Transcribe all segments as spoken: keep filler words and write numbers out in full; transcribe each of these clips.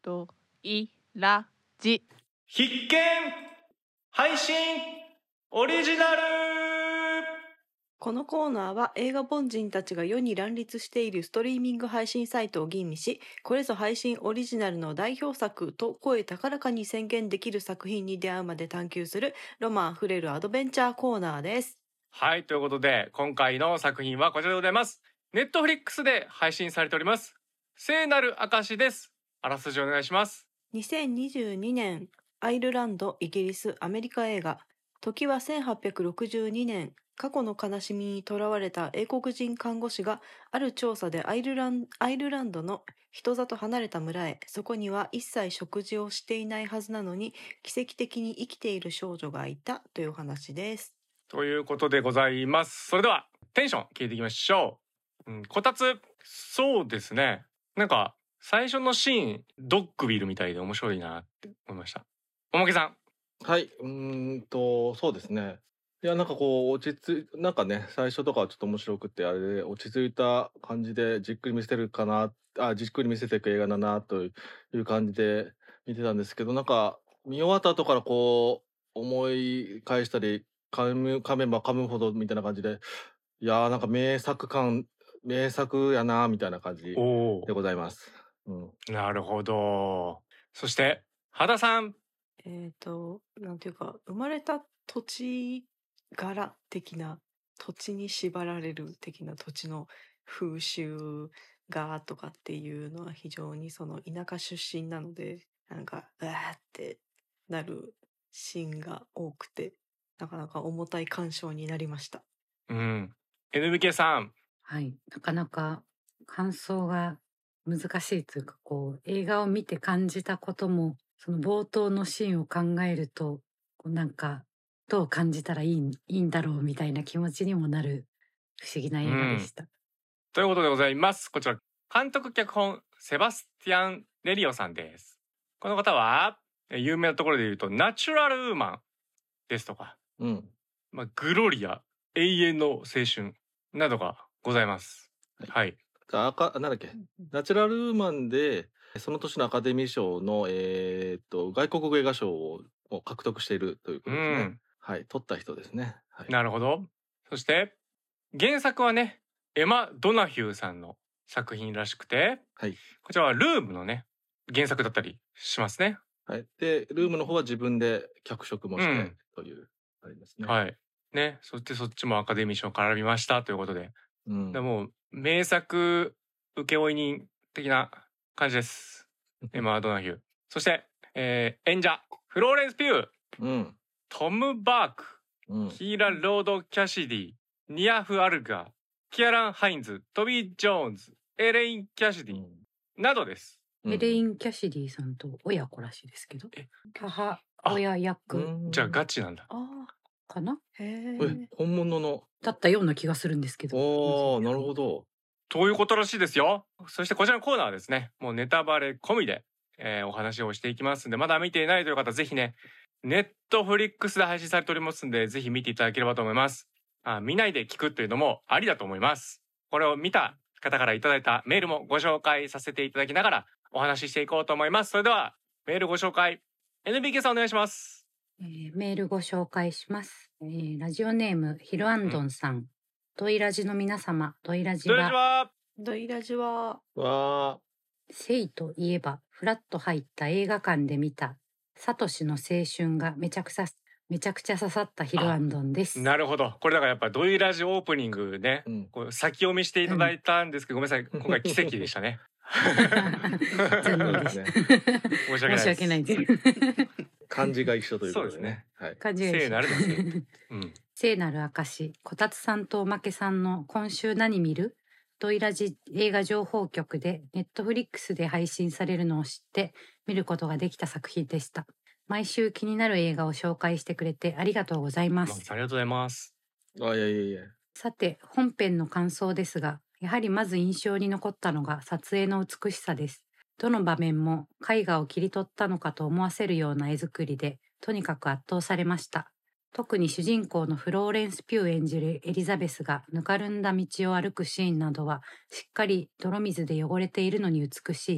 ドイラジ必見配信オリジナル。 このコーナーは映画凡人たちが世に乱立しているストリーミング配信サイトを吟味し、これぞ配信オリジナルの代表作と声高らかに宣言できる作品に出会うまで探求するロマンあふれるアドベンチャーコーナーです。 はい、ということで今回の作品はこちらでございます。ネットフリックスで配信されております聖なる証です。あらすじお願いします。 にせんにじゅうにねん、アイルランド、イギリス、アメリカ映画。時はせんはっぴゃくろくじゅうにねん、過去の悲しみにとらわれた英国人看護師がある調査でアイルラン、アイルランドの人里離れた村へ。そこには一切食事をしていないはずなのに奇跡的に生きている少女がいたという話です。 ということでございます。それではテンション聞いていきましょう。うん、こたつ、そうですね、なんか最初のシーンドッグビルみたいで面白いなって思いました。おまけさん。 はい、うーんとそうですね。いやなんかこう落ち着いなんかね最初とかはちょっと面白くてあれで落ち着いた感じでじっくり見せてるかなあじっくり見せていく映画だなという感じで見てたんですけど、なんか見終わった後からこう思い返したり噛む噛めば噛むほどみたいな感じで、いやーなんか名作感名作やなみたいな感じおでございます。うん、 なるほど。そして羽田さん。 えっと、なんていうか、生まれた土地柄的な、土地に縛られる的な土地の風習がとかっていうのは非常にその田舎出身なので、なんか、うわーってなるシーンが多くて、なかなか重たい鑑賞になりました。 うん。エヌビーケー さん。 はい、なかなか感想が難しいというか、こう映画を見て感じたこともその冒頭のシーンを考えるとこうなんかどう感じたらいい、いいんだろうみたいな気持ちにもなる不思議な映画でした。 うん、ということでございます。こちら監督脚本セバスティアン・レリオさんです。この方は有名なところで言うとナチュラルウーマンですとか、 うん、 まあ、グロリア、永遠の青春などがございます。はい、はい、 じゃあ赤なんだっけナチュラルウーマンでその年のアカデミー賞の、えー、と外国語映画賞を獲得しているということですね。うん、はい、取った人ですね。はい、 なるほど。そして原作はねエマ・ドナヒューさんの作品らしくて、 はい、 こちらはルームのね原作だったりしますね。 はい、でルームの方は自分で脚色もしてという、あれですね。 はいね、そしてそっちもアカデミー賞絡みましたということで、うん、でも名作請負人的な感じです。エマ・ドナヒュー。そして、えー、演者フローレンス・ピュー、うん、トム・バーク、うん、キーラ・ロード・キャシディ、ニアフ・アルガー、キアラン・ハインズ、トビー・ジョーンズ、エレイン・キャシディ、うん、などです。 エレイン・キャシディさんと親子らしいですけど、母親役。 じゃあガチなんだ。 あかな。 へえ、本物のだったような気がするんですけど。 おー、なるほど。 ということらしいですよ。そしてこちらのコーナーはですね、もうネタバレ込みで、えー、お話をしていきますんで、まだ見ていないという方ぜひね、ネットフリックスで配信されておりますんで、ぜひ見ていただければと思います。あ、見ないで聞くというのもありだと思います。これを見た方からいただいたメールもご紹介させていただきながらお話ししていこうと思います。それではメールご紹介、 エヌビーケー さんお願いします。 えー、メールご紹介します。えー、ラジオネームヒロアンドンさん、うん、ドイラジの皆様、ドイラジはドイラジはわセイといえばフラッと入った映画館で見たサトシの青春がめちゃくちゃめちゃくちゃ刺さったヒロアンドンです。 なるほど。これだからやっぱドイラジオープニングね、うん、こう先読みしていただいたんですけど、うん、ごめんなさい、今回奇跡でしたね。 残念です。 申し訳ないです。 漢字が一緒ということでね。 そうですね。 はい、漢字が一緒。聖なるですね。うん、聖なる証、こたつさんとおまけさんの今週何見る？ドイラジ映画情報局でネットフリックスで配信されるのを知って見ることができた作品でした。毎週気になる映画を紹介してくれてありがとうございます。 ありがとうございます。 あ、いやいやいや。 さて本編の感想ですが、やはりまず印象に残ったのが撮影の美しさです。どの場面も絵画を切り取ったのかと思わせるような絵作りで、とにかく圧倒されました。特に主人公のフローレンス・ピュー演じるエリザベスがぬかるんだ道を歩くシーンなどは、しっかり泥水で汚れているのに美しい。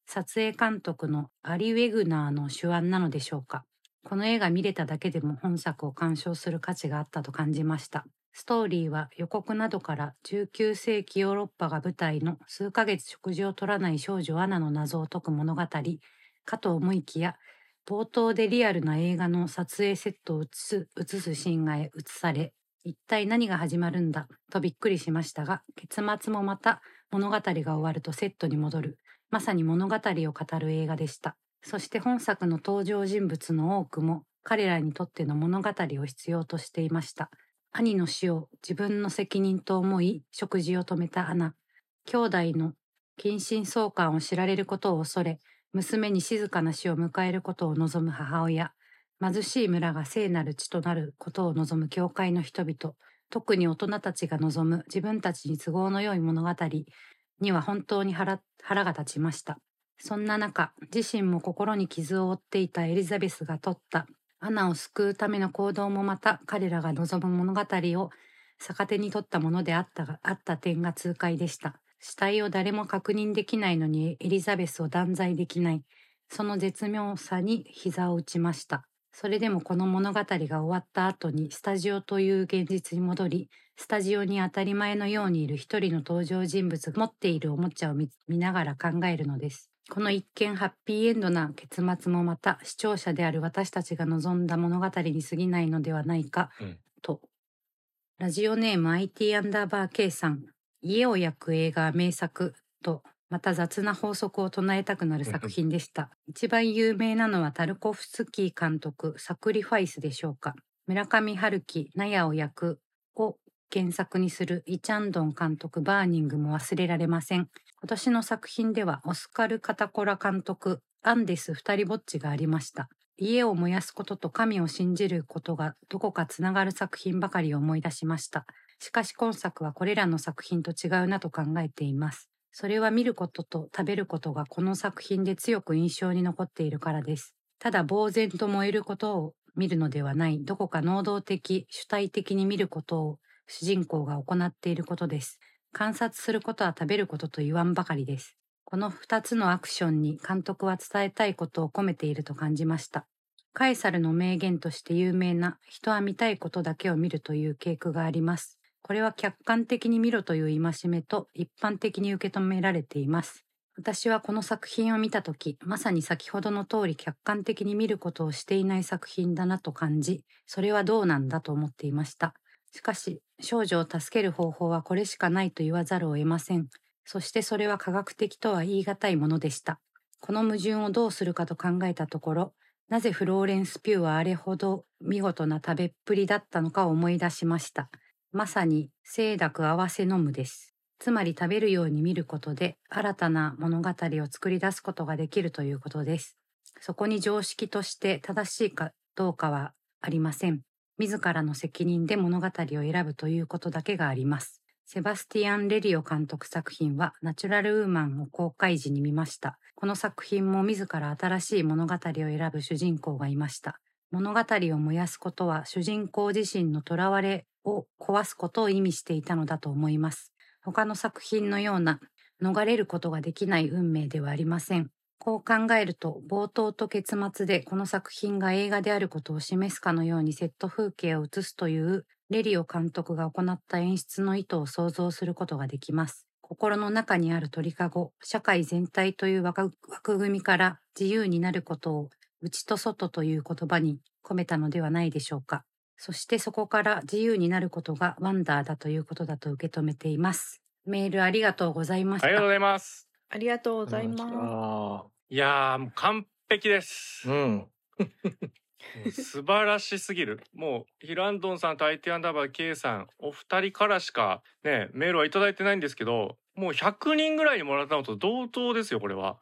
撮影監督のアリ・ウェグナーの手腕なのでしょうか。この映画見れただけでも本作を鑑賞する価値があったと感じました。ストーリーは予告などからじゅうきゅうせいきヨーロッパが舞台の数ヶ月食事を取らない少女アナの謎を解く物語かと思いきや、冒頭でリアルな映画の撮影セットを映す、映すシーンが映され、一体何が始まるんだとびっくりしましたが、結末もまた物語が終わるとセットに戻る、まさに物語を語る映画でした。そして本作の登場人物の多くも彼らにとっての物語を必要としていました。兄の死を自分の責任と思い食事を止めたアナ、兄弟の近親相関を知られることを恐れ、娘に静かな死を迎えることを望む母親、貧しい村が聖なる地となることを望む教会の人々、特に大人たちが望む自分たちに都合の良い物語には本当に 腹, 腹が立ちました。そんな中、自身も心に傷を負っていたエリザベスが取ったアナを救うための行動もまた彼らが望む物語を逆手に取ったものであったがあった点が痛快でした。死体を誰も確認できないのにエリザベスを断罪できない、その絶妙さに膝を打ちました。それでもこの物語が終わった後にスタジオという現実に戻り、スタジオに当たり前のようにいる一人の登場人物が持っているおもちゃを 見, 見ながら考えるのです。この一見ハッピーエンドな結末もまた視聴者である私たちが望んだ物語に過ぎないのではないか、うん、と。ラジオネーム アイティー アンダーバー K さん、家を焼く映画名作とまた雑な法則を唱えたくなる作品でした。一番有名なのはタルコフスキー監督サクリファイスでしょうか。村上春樹納屋を焼くを原作にするイ・チャンドン監督バーニングも忘れられません。今年の作品ではオスカル・カタコラ監督アンデス二人ぼっちがありました。家を燃やすことと神を信じることがどこかつながる作品ばかりを思い出しました。しかし今作はこれらの作品と違うなと考えています。それは見ることと食べることがこの作品で強く印象に残っているからです。ただ呆然と燃えることを見るのではない、どこか能動的、主体的に見ることを主人公が行っていることです。観察することは食べることと言わんばかりです。この二つのアクションに監督は伝えたいことを込めていると感じました。カエサルの名言として有名な人は見たいことだけを見るという傾向があります。これは客観的に見ろという戒めと一般的に受け止められています。私はこの作品を見たとき、まさに先ほどの通り客観的に見ることをしていない作品だなと感じ、それはどうなんだと思っていました。しかし、少女を助ける方法はこれしかないと言わざるを得ません。そしてそれは科学的とは言い難いものでした。この矛盾をどうするかと考えたところ、なぜフローレンス・ピューはあれほど見事な食べっぷりだったのかを思い出しました。まさに清濁合わせ飲むです。つまり食べるように見ることで新たな物語を作り出すことができるということです。そこに常識として正しいかどうかはありません。自らの責任で物語を選ぶということだけがあります。セバスティアン・レリオ監督作品はナチュラルウーマンを公開時に見ました。この作品も自ら新しい物語を選ぶ主人公がいました。物語を燃やすことは主人公自身の囚われを壊すことを意味していたのだと思います。他の作品のような逃れることができない運命ではありません。こう考えると冒頭と結末でこの作品が映画であることを示すかのようにセット風景を映すというレリオ監督が行った演出の意図を想像することができます。心の中にある鳥かご、社会全体という枠組みから自由になることを内と外という言葉に込めたのではないでしょうか。そしてそこから自由になることがワンダーだということだと受け止めています。メールありがとうございました。 ありがとうございます。 ありがとうございます。いやーもう完璧です。うん。素晴らしすぎる。もうヒルアンドンさんと アイティー アンダーバー K さんお二人からしかねメールはいただいてないんですけど、もうひゃくにんぐらいにもらったのと同等ですよこれは。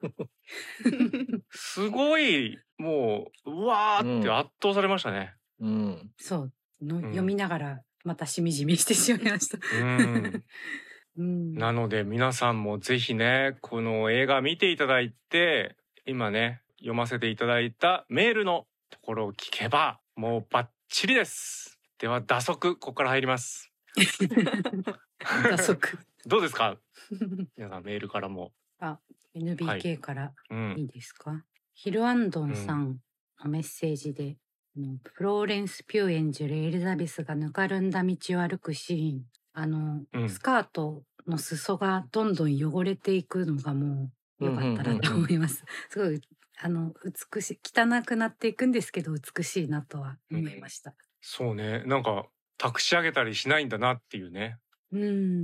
すごいもううわーって圧倒されましたね。 うん、そうの、うん、読みながらまたしみじみしてしまいました。 うんうん、なので皆さんもぜひねこの映画見ていただいて、今ね読ませていただいたメールのところを聞けばもうバッチリです。では打足ここから入ります。 打足どうですか皆さんメールからも。 あエヌビーケー からいいですか、うん、ヒルアンドンさんのメッセージで、うん、フローレンス・ピュー演じるエリザベスがぬかるんだ道を歩くシーン、あの、うん、スカートの裾がどんどん汚れていくのがもう良かったなと思います、すごいあの美しい、汚くなっていくんですけど美しいなとは思いました、うん、 そうね、なんか託し上げたりしないんだなっていうね。 うん。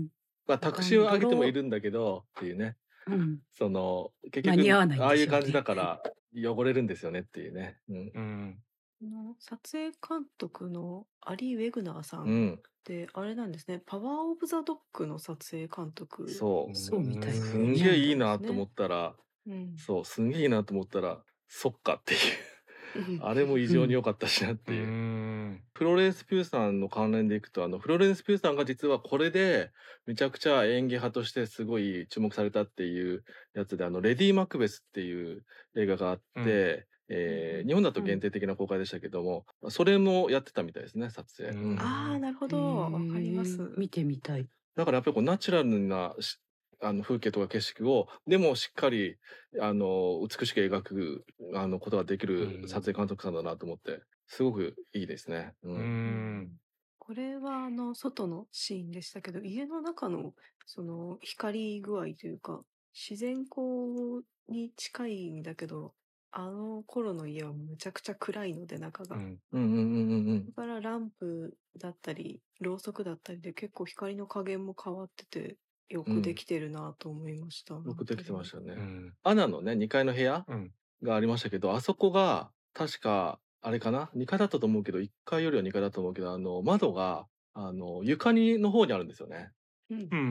まあ託しを上げてもいるんだけどっていうね。うん。その結局ああいう感じだから汚れるんですよねっていうね。うん。うん、 撮影監督のアリー・ウェグナーさんってあれなんですね。パワーオブザドッグの撮影監督。 そう。 そうみたいな。 すんげえいいなと思ったら、うん、そうすんげえいいなと思ったらそっかっていう。あれも異常に良かったしなっていう。うん、フローレンス・ピューさんの関連でいくと、あのフローレンス・ピューさんが実はこれでめちゃくちゃ演技派としてすごい注目されたっていうやつで、あのレディ・マクベスっていう映画があって、うん、えー、日本だと限定的な公開でしたけども、うん、それもやってたみたいですね、撮影。 うん、ああ、なるほど、わかります。 見てみたい。 だからやっぱりこうナチュラルなあの風景とか景色をでもしっかりあの美しく描くあのことができる撮影監督さんだなと思って、すごくいいですね。うん、うんこれはあの外のシーンでしたけど、家の中のその光具合というか自然光に近いんだけど、あの頃の家はむちゃくちゃ暗いので中が、うんうんうんうん、だからランプだったりろうそくだったりで結構光の加減も変わっててよくできてるなと思いました、うん、 よくできてましたね、うん、アナのねにかいの部屋がありましたけど、あそこが確かあれかなにかいだったと思うけどいっかいよりはにかいだと思うけど、あの窓があの床にの方にあるんですよね、うん、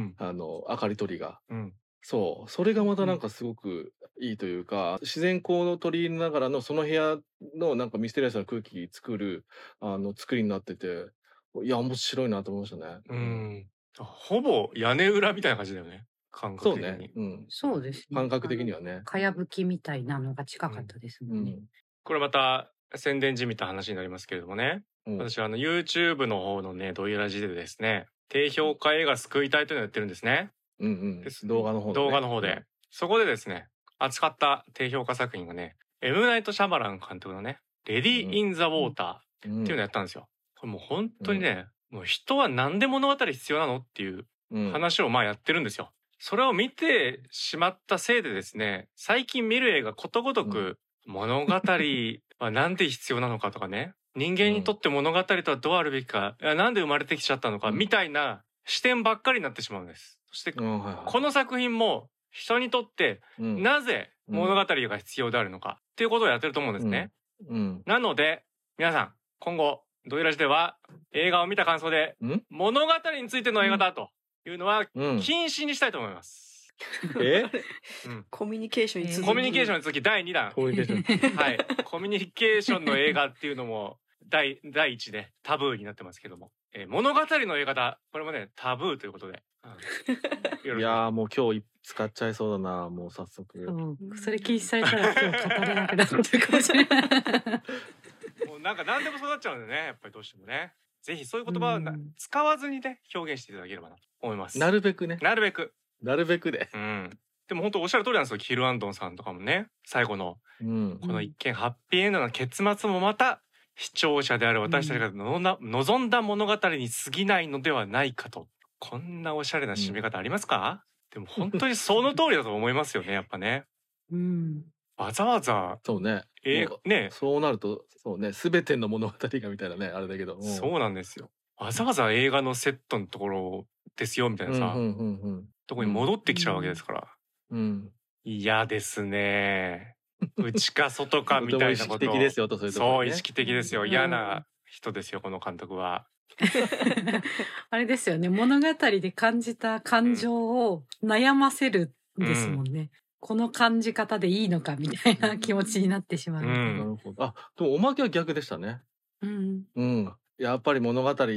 あの明かり取りが、うん、そうそれがまたなんかすごくいいというか、うん、自然光を取り入れながらのその部屋のなんかミステリアスな空気作るあの作りになってて、いや面白いなと思いましたね。 うん、ほぼ屋根裏みたいな感じだよね、感覚的に。 そうね、うん、 そうですね。 感覚的にはね。 かやぶきみたいなのが近かったですもんね。うんうん、 これまた宣伝じみた話になりますけれどもね。うん、私はあの YouTube の方のねドイラジでですね、低評価映画救いたいというのをやってるんですね。 うんうん。です。動画の方で、ね。 動画の方で、うん、そこでですね、扱った低評価作品がね、エムナイト・シャマラン監督のね、レディ・イン・ザ・ウォーターっていうのをやったんですよ。これもう本当にね、うん、もう人はなんで物語必要なのっていう話をまあやってるんですよ。それを見てしまったせいでですね、最近見る映画ことごとく物語はなんで必要なのかとかね、人間にとって物語とはどうあるべきか、いやなんで生まれてきちゃったのかみたいな視点ばっかりになってしまうんです。そしてこの作品も人にとってなぜ物語が必要であるのかっていうことをやってると思うんですね。うんうん、なので皆さん今後ドイラジでは映画を見た感想で物語についての映画だというのは禁止にしたいと思います。 うん、え、 うん、コミュニケーションに続き、 コミュニケーションに続きだいにだん、コミュニケーションはい、コミュニケーションの映画っていうのも第第一でタブーになってますけども、えー、物語の映画だ、これもねタブーということで、 うん、いやーもう今日使っちゃいそうだな、もう早速。 うん、それ禁止されたら今日語れなくなってるかもしれない。 もうなんか何でもそうなっちゃうんでね、やっぱりどうしてもね。ぜひそういう言葉を使わずにね表現していただければなと思います。 なるべくね。 なるべく。 なるべくで。 うん。でも本当おっしゃる通りなんですよ。ヒルアンドンさんとかもね、最後の、うん、この一見ハッピーエンドの結末もまた視聴者である私たちがのな、うん、望んだ物語に過ぎないのではないかと。こんなおしゃれな締め方ありますか？うん、でも本当にその通りだと思いますよね、やっぱね。うん。わざわざ。 そうね。 えー、ね。 そうなると、そうね、すべての物語がみたいなね、あれだけど。 うん、そうなんですよ。わざわざ映画のセットのところですよみたいなさ、うんうんうんうん、とこに戻ってきちゃうわけですから。うん。嫌、うん、ですね。内か外かみたいなこと。 意識的ですよと、そういうところ、 ね。そう、意識的ですよ。うん、嫌な人ですよ、この監督は。 あれですよね、物語で感じた感情を悩ませるんですもんね。うん、この感じ方でいいのかみたいな気持ちになってしまう。うん、 なるほど。あ、でもおまけは逆でしたね。うん。うん。やっぱり物語って、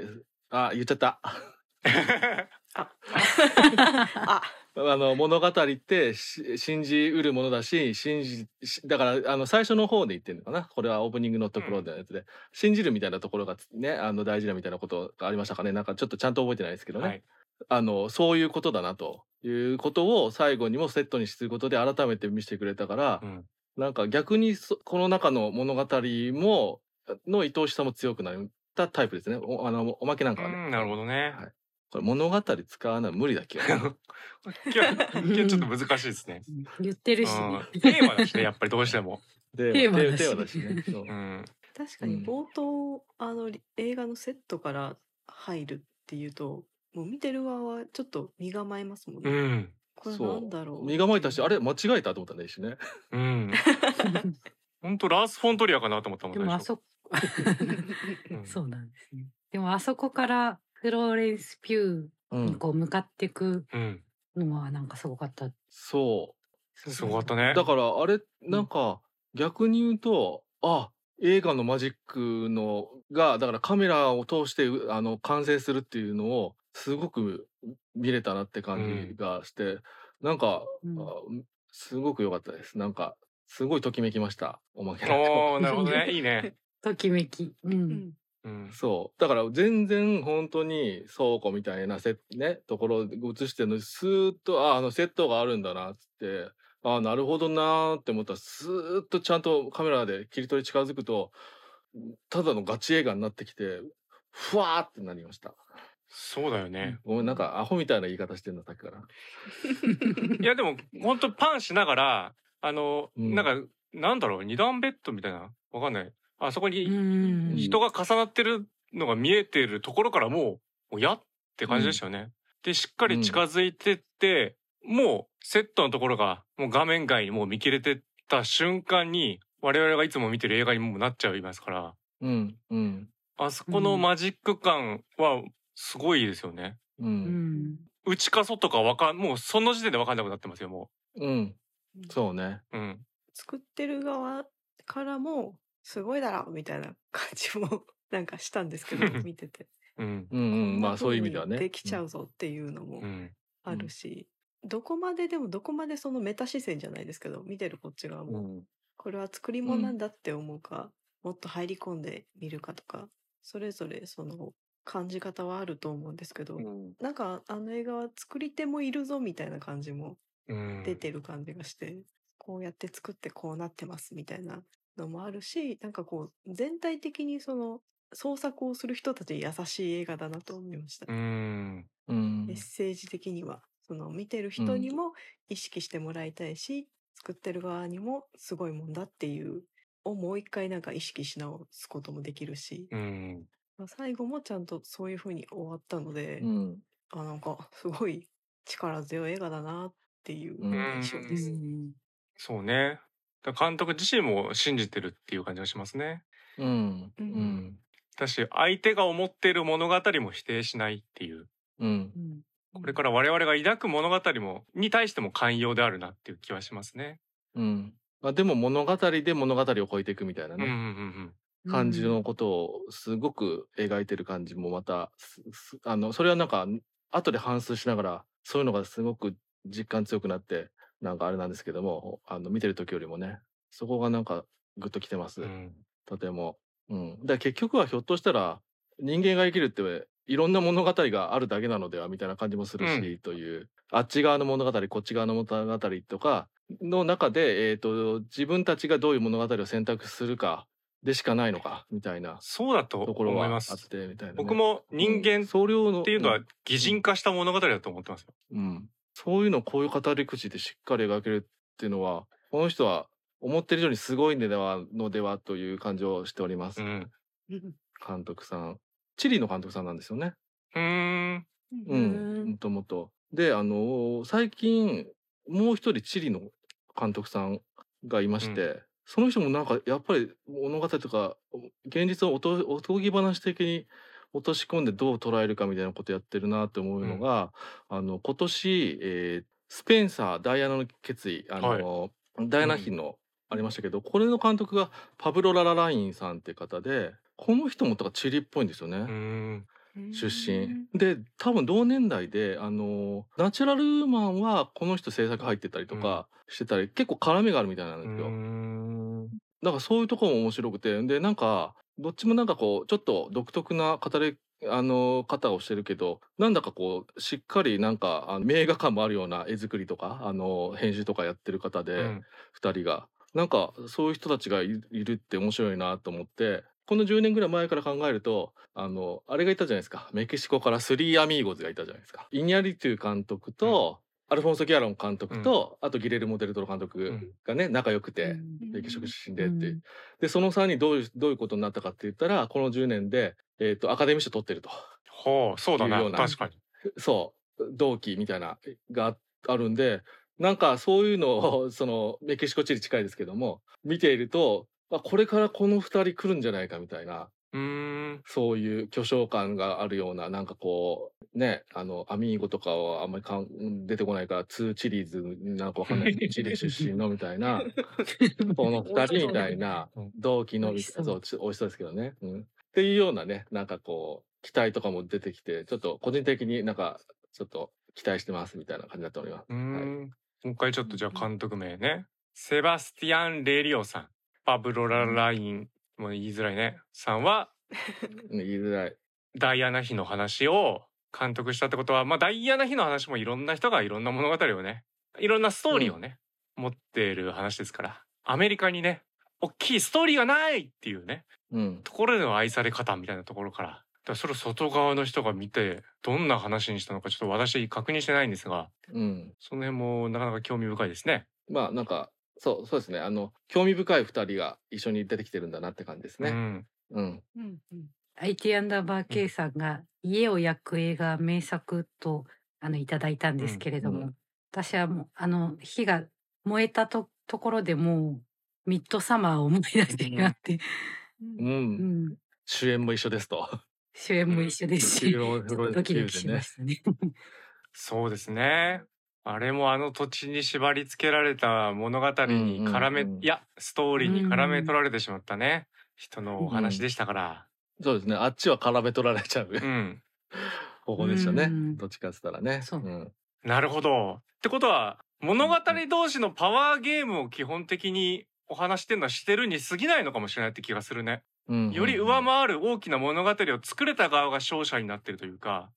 あ、言っちゃった。ああの物語って信じうるものだし、信じだからあの最初の方で言ってるのかな、これはオープニングのところでやつで、うん、信じるみたいなところがね、あの大事だみたいなことがありましたかね。なんかちょっとちゃんと覚えてないですけどね、はい、 あのそういうことだなということを最後にもセットにすることで改めて見せてくれたから、うん、なんか逆にこの中の物語もの愛おしさも強くなったタイプですね。おあのおまけなんかはね。 なるほどね。 はい、これ物語使わない無理だけど。 今日今日ちょっと難しいですね。 言ってるし、ね、 テーマだしね、やっぱりどうしても。 テーマだし、 テーマだしね。そう、うん、 確かに冒頭、あの映画のセットから入るっていうと、もう見てる側はちょっと身構えますもんね。うん、これなんだろう。 身構えたし、あれ間違えたと思ったね一瞬ね。 うん。本当ラースフォントリアかなと思ったもんね。 でもあそそうなんですね。でもあそこからフローレンス・ピューにこう向かっていくのはなんかすごかった。うん、 そうすごかったね。 だからあれなんか逆に言うと、あ、映画のマジックのがだからカメラを通してあの完成するっていうのをすごく見れたなって感じがして、うん、なんか、うん、すごく良かったです。なんかすごいときめきました。おまけの。 おー、なるほどね。いいね。 ときめき。うん。 うん、そうだから全然本当に倉庫みたいなセねところで映してるのにスーッとああのセットがあるんだなっつってああなるほどなーって思ったらスーッとちゃんとカメラで切り取り近づくとただのガチ映画になってきてふわーってなりました。 そうだよね。 ごめんなんかアホみたいな言い方してんださっきから。 いやでも本当パンしながらあの、うん、なんかなんだろう二段ベッドみたいなわかんない。あそこに人が重なってるのが見えてるところからもう、もうやって感じでしたよね。うん、でしっかり近づいてって、うん、もうセットのところがもう画面外にもう見切れてた瞬間に我々がいつも見てる映画にもなっちゃいますから、 うんうん、 あそこのマジック感はすごいですよね。うん、内か外かわかんもうその時点でわかんなくなってますよもう。うん、そうね。 うん、作ってる側からもすごいだろみたいな感じもなんかしたんですけど見てて、 うんうんうん、まあそういう意味ではねできちゃうぞっていうのもあるし、うん、どこまででもどこまでそのメタ視線じゃないですけど見てるこっち側も、うん、これは作り物なんだって思うか、うん、もっと入り込んでみるかとかそれぞれその感じ方はあると思うんですけど、うん、なんかあの映画は作り手もいるぞみたいな感じも出てる感じがして、うん、こうやって作ってこうなってますみたいなのもあるし、なんかこう全体的にその創作をする人たちに優しい映画だなと思いました。うん、メッセージ的にはその見てる人にも意識してもらいたいし、うん、作ってる側にもすごいもんだっていうをもう一回なんか意識し直すこともできるし、うん、最後もちゃんとそういう風に終わったので、うん、あなんかすごい力強い映画だなっていう印象です。うん、 そうね。監督自身も信じてるっていう感じがしますね。うん。うん。だし相手が思っている物語も否定しないっていう。うん。これから我々が抱く物語もに対しても寛容であるなっていう気はしますね。 うん。まあでも物語で物語を超えていくみたいなね。うんうんうんうん、感じのことをすごく描いてる感じもまたあのそれはなんか後で反芻しながらそういうのがすごく実感強くなってなんかあれなんですけどもあの見てる時よりもねそこがなんかグッときてます、うん、とても、うん、だ結局はひょっとしたら人間が生きるっていろんな物語があるだけなのではみたいな感じもするし、うん、というあっち側の物語こっち側の物語とかの中で、えーと、自分たちがどういう物語を選択するかでしかないのかみたいなそうだと思います。 あってみたいな、ね、 僕も人間っていうのは擬人化した物語だと思ってますよ。 うん、そういうのをこういう語り口でしっかり描けるっていうのはこの人は思ってる以上にすごいのではのではという感じをしております。うん、監督さんチリの監督さんなんですよね。うーんうんもともとであの最近もう一人チリの監督さんがいまして、うん、その人もなんかやっぱり物語とか現実をおとおとぎ話的に落とし込んでどう捉えるかみたいなことやってるなって思うのが、うん、あの今年、えー、スペンサーダイアナの決意あの、はい、ダイアナ妃のありましたけど、うん、これの監督がパブロ・ラララインさんって方でこの人もとかチリっぽいんですよね。うん出身で多分同年代であのナチュラルウーマンはこの人制作入ってたりとかしてたり、うん、結構絡みがあるみたいなんですよ。うんだからそういうところも面白くてでなんかどっちもなんかこうちょっと独特な語りあの方をしてるけど、なんだかこうしっかりなんかあの名画感もあるような絵作りとかあの編集とかやってる方で、うん、ふたりがなんかそういう人たちがいるって面白いなと思って、このじゅうねんぐらい前から考えるとあのあれがいたじゃないですか、メキシコからスリーアミーゴズがいたじゃないですか。イニャリトゥ監督と、うん、アルフォンソ・ギャロン監督と、うん、あとギレルモ・デルトロ監督がね、うん、仲良くて、メキシコ出身でって、うん、でそのさんにんどういうどういうことになったかって言ったら、このじゅうねんで、えー、とアカデミー賞取ってると。 ほう、そうだな、確かに。 そう同期みたいながあるんで、なんかそういうのをそのメキシコ地理近いですけども見ていると、あ、これからこのふたり来るんじゃないかみたいな、 うーん、 そういう巨匠感があるような、なんかこうね、あのアミーゴとかはあんまりかん出てこないから、ツーチリーズなんかわかんないチリ出身のみたいなこのふたりみたいな同期の、そうおいしそうですけどね、うん、っていうようなね、なんかこう期待とかも出てきて、ちょっと個人的になんかちょっと期待してますみたいな感じになっております。 うん、はい、もう一回ちょっとじゃあ監督名ね、セバスティアン・レリオさん、パブロ・ラライン、もう言いづらいね、さんは言いづらいダイアナ妃の話を監督したってことは、まあダイアナ妃の話もいろんな人がいろんな物語をね、いろんなストーリーをね、うん、持っている話ですから、アメリカにね大きいストーリーがないっていうね、うん、ところでの愛され方みたいなところから、だからそれを外側の人が見てどんな話にしたのかちょっと私確認してないんですが、うん、その辺もなかなか興味深いですね。 まあなんかそうそうですね、あの興味深いふたりが一緒に出てきてるんだなって感じですね。うんうんうん、アイティーアンダーバー K さんが家を焼く映画名作とあのいただいたんですけれども、うんうん、私はもうあの火が燃えた と, ところでもうミッドサマーを思い出してしまって、 うんうん、主演も一緒ですと。 主演も一緒ですし、ドキドキしましたね。 そうですね。あれもあの土地に縛り付けられた物語に絡め、うんうんうん、いやストーリーに絡め取られてしまったね、人のお話でしたから、 うん、そうですね、あっちは絡め取られちゃう、うん、ここでしたね、うん、どっちかっつったらね。そう、うん、 なるほど。ってことは物語同士のパワーゲームを基本的にお話してるのはしてるに過ぎないのかもしれないって気がするね。うんうんうん、より上回る大きな物語を作れた側が勝者になってるというか、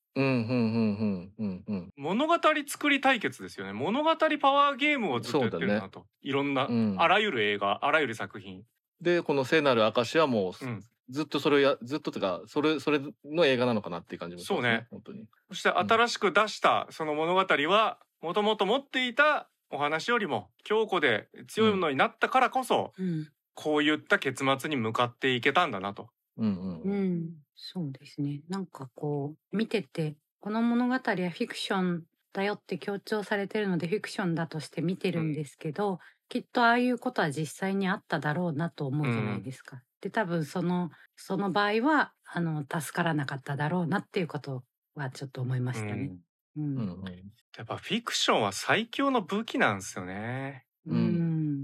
物語作り対決ですよね。物語パワーゲームをずっとやってるなと、ね、いろんな、うん、あらゆる映画、あらゆる作品で、この聖なる証はもう、うん、ずっとそれをやずっととかそれそれの映画なのかなっていう感じもしますね。そうね、本当に。 そして新しく出したその物語はもともと持っていたお話よりも強固で強いものになったからこそ、うん、こういった結末に向かっていけたんだなと。 うんうんうん、そうですね。なんかこう見ててこの物語はフィクションだよって強調されてるのでフィクションだとして見てるんですけど、うん、きっとああいうことは実際にあっただろうなと思うじゃないですか。うん、で多分そのその場合はあの助からなかっただろうなっていうことはちょっと思いましたね。うんうんうん、 やっぱフィクションは最強の武器なんですよね。うん、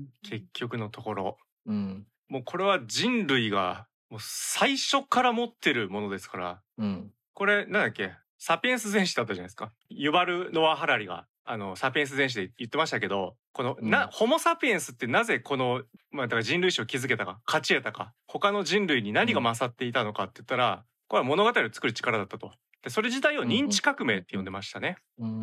結局のところ、うん、もうこれは人類がもう最初から持ってるものですから、うん、これなんだっけ、サピエンス全史だったじゃないですか。ユバル・ノア・ハラリがあのサピエンス全史で言ってましたけど、この、うん、なホモ・サピエンスってなぜこの、まあ、だから人類史を築けたか勝ち得たか、他の人類に何が勝っていたのかって言ったら、うん、これは物語を作る力だったと。でそれ自体を認知革命って呼んでましたね。うんうん、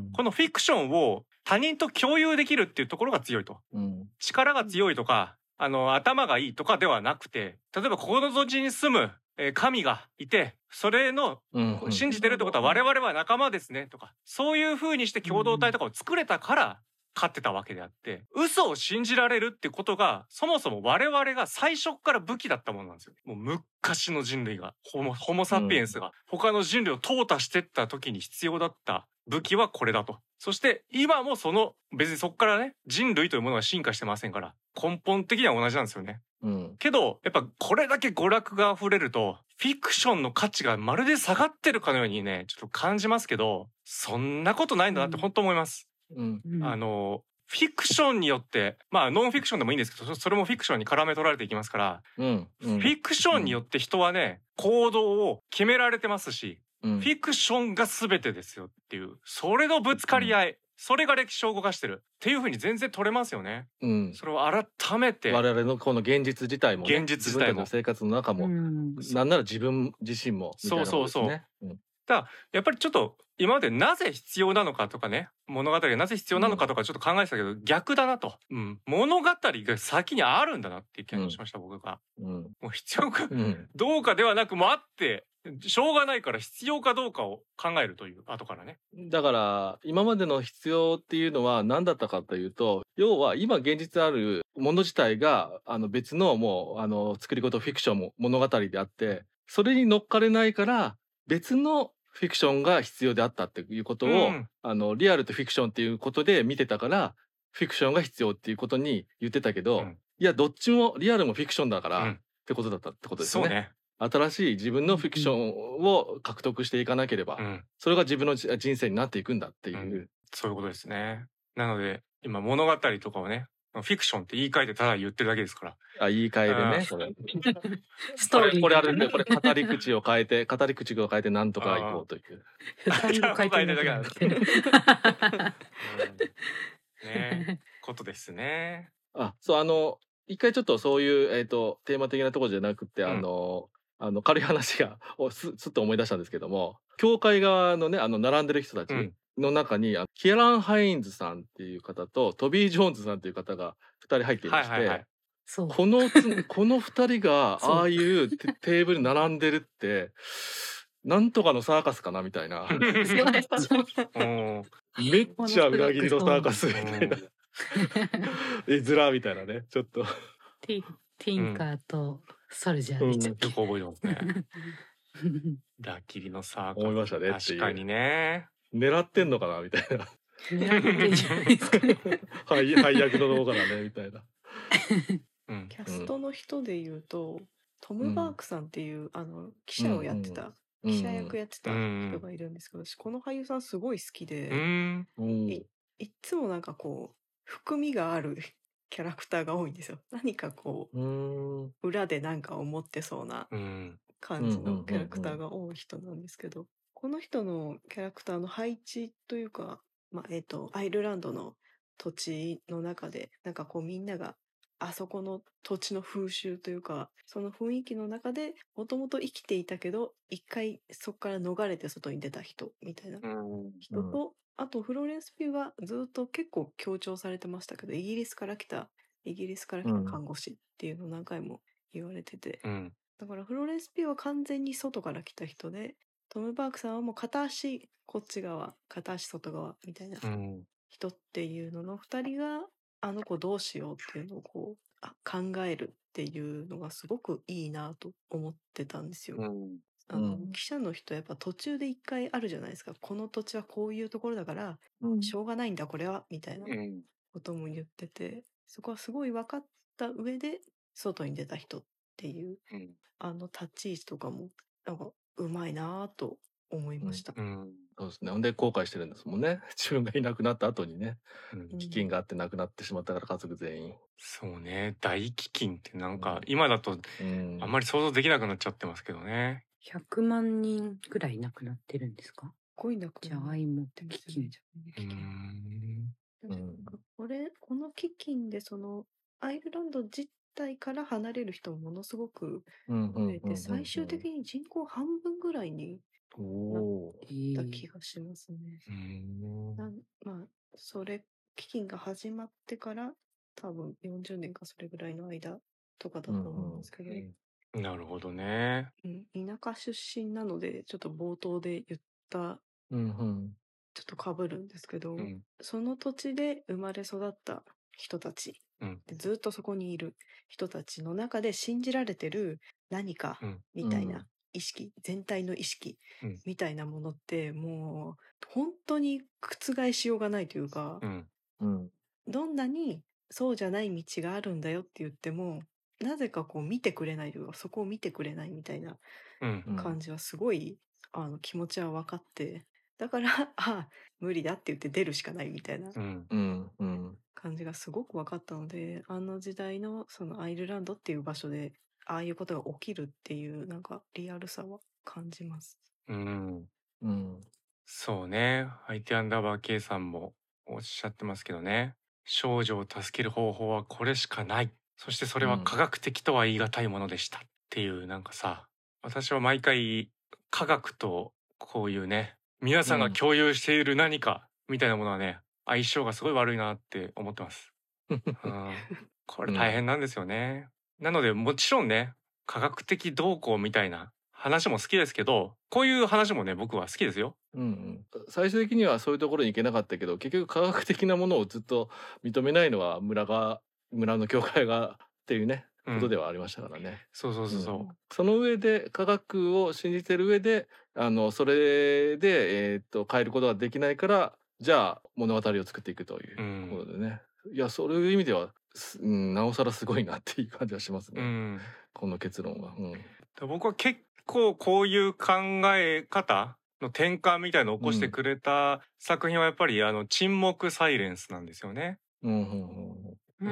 このフィクションを他人と共有できるっていうところが強いと、うん、力が強いとかあの頭がいいとかではなくて、例えばここの土地に住む神がいてそれの信じてるってことは我々は仲間ですねとか、そういう風にして共同体とかを作れたから勝ってたわけであって、嘘を信じられるってことがそもそも我々が最初から武器だったものなんですよ。もう昔の人類がホモ、ホモサピエンスが他の人類を淘汰してった時に必要だった武器はこれだと。そして今もその別にそこからね人類というものは進化してませんから根本的には同じなんですよね。うん、けどやっぱこれだけ娯楽が溢れるとフィクションの価値がまるで下がってるかのようにねちょっと感じますけど、そんなことないんだなって本当思います。うんうん、あのフィクションによってまあノンフィクションでもいいんですけどそれもフィクションに絡め取られていきますから、うんうん、フィクションによって人はね行動を決められてますし、うん、フィクションが全てですよっていうそれのぶつかり合い、 それが歴史を動かしてるっていう風に全然取れますよね。うん、それを改めて我々のこの現実自体も、ね、 現実自体も自分たちの生活の中も、うん、なんなら自分自身もみたいなことですね。そうそうそう。うん、 だやっぱりちょっと今までなぜ必要なのかとかね、物語がなぜ必要なのかとかちょっと考えてたけど、うん、逆だなと、うん、物語が先にあるんだなっていう気がしました、うん、僕が、うん、もう必要かどうかではなくもあってしょうがないから必要かどうかを考えるという後からね。 だから今までの必要っていうのは何だったかというと、要は今現実あるもの自体があの別のもうあの作り事フィクションも物語であって、それに乗っかれないから別のフィクションが必要であったっていうことを、うん、あのリアルとフィクションっていうことで見てたからフィクションが必要っていうことに言ってたけど、うん、いやどっちもリアルもフィクションだから、うん、ってことだったってことですよね。そうね。新しい自分のフィクションを獲得していかなければ、うん、それが自分の人生になっていくんだっていう、うん、 そういうことですね。なので今物語とかをねフィクションって言い換えてただ言ってるだけですから。 あ、言い換えでね、それ。ストーリー。これあるんで、これ語り口を変えて、語り口を変えてなんとかいこうという。 単語変えてるだけなんですけど。 ね、ことですね。 あ、そう、あの、一回ちょっとそういう、えっと、テーマ的なところじゃなくて、うん、あの、あの、軽い話が、す、すっと思い出したんですけども、教会側のね、あの、並んでる人たちの中に、うん、キアラン・ハインズさんっていう方と、トビー・ジョーンズさんっていう方がふたり入っていまして、はいはいはい、このつ、このふたりが、ああいうテーブルに並んでるって、なんとかのサーカスかなみたいな。めっちゃ裏切りのサーカスみたいな。絵面みたいなね、ちょっと。 ティ、ティンカーとソルジャーでしたっけ、 うん、よく覚えてますね。裏切りのサーカス。 思いましたね。 確かにね。 狙ってんのかなみたいな。 狙ってんじゃないですかね。 はい、配役の動画だねみたいな。 うん、キャストの人で言うと、トム・バークさんっていう、うん、あの記者をやってた、うん、記者役やってた人がいるんですけど、うん、私この俳優さんすごい好きで、うん、い, いつもなんかこう含みがあるキャラクターが多いんですよ。何かこう、うん、裏で何か思ってそうな感じのキャラクターが多い人なんですけど、この人のキャラクターの配置というか、まあえっとアイルランドの土地の中でなんかこうみんながあそこの土地の風習というか、その雰囲気の中でもともと生きていたけど一回そこから逃れて外に出た人みたいな人と、うん、あとフローレンス・ピューはずっと結構強調されてましたけど、イギリスから来たイギリスから来た看護師っていうのを何回も言われてて、うん、だからフローレンス・ピューは完全に外から来た人で、トム・バークさんはもう片足こっち側片足外側みたいな人っていうののふたりが、あの子どうしようっていうのをこうあ考えるっていうのがすごくいいなと思ってたんですよ。うん、あの、うん、記者の人はやっぱ途中で一回あるじゃないですか。この土地はこういうところだから、うん、しょうがないんだこれはみたいなことも言ってて、そこはすごい分かった上で外に出た人っていう、うん、あの立ち位置とかもなんかうまいなと思いました。うんうん、そうですね。ほんで後悔してるんですもんね。自分がいなくなった後にね、うん、飢饉があって亡くなってしまったから家族全員。 そうね。大飢饉ってなんか今だとあんまり想像できなくなっちゃってますけどね。 ひゃくまんにんぐらい亡くなってるんですか？すごい亡くなってるって飢饉。 うん、これこの飢饉でそのアイルランド自体から離れる人もものすごく増えて、最終的に人口半分ぐらいになった気がしますね。なんまあそれ飢饉が始まってから多分よんじゅうねんかそれぐらいの間とかだと思うんですけど、うんうん、なるほどね、 うん、田舎出身なのでちょっと冒頭で言った、うんうん、ちょっと被るんですけど、うん、その土地で生まれ育った人たち、うん、でずっとそこにいる人たちの中で信じられてる何かみたいな意識、うん、全体の意識みたいなものってもう本当に覆しようがないというか、うんうん、どんなにそうじゃない道があるんだよって言ってもなぜかこう見てくれないというか、そこを見てくれないみたいな感じはすごい、うん、あの気持ちは分かって、だからあ無理だって言って出るしかないみたいな感じがすごく分かったので、あの時代のそのアイルランドっていう場所でああいうことが起きるっていうなんかリアルさは感じます。 うん、うん、そうね。相手アンダーバー K さんもおっしゃってますけどね。少女を助ける方法はこれしかない。そしてそれは科学的とは言い難いものでしたっていう、なんかさ、私は毎回科学とこういうね、皆さんが共有している何かみたいなものはね、相性がすごい悪いなって思ってます。うん、これ大変なんですよね。なのでもちろんね、科学的動向みたいな話も好きですけど、こういう話もね僕は好きですよ。 うんうん、最終的にはそういうところに行けなかったけど、結局科学的なものをずっと認めないのは村が村の教会がっていうね、うん、ことではありましたからね。 そうそうそうそう、うん、 その上で科学を信じてる上で、あのそれで、えー、っと変えることができないから、じゃあ物語を作っていくということでね、うん、いやそういう意味では、うん、なおさらすごいなっていう感じはしますね、うん、この結論は。 うん、僕は結構こういう考え方の転換みたいのを起こしてくれた作品はやっぱり、うん、あの沈黙サイレンスなんですよね。うんうんうん、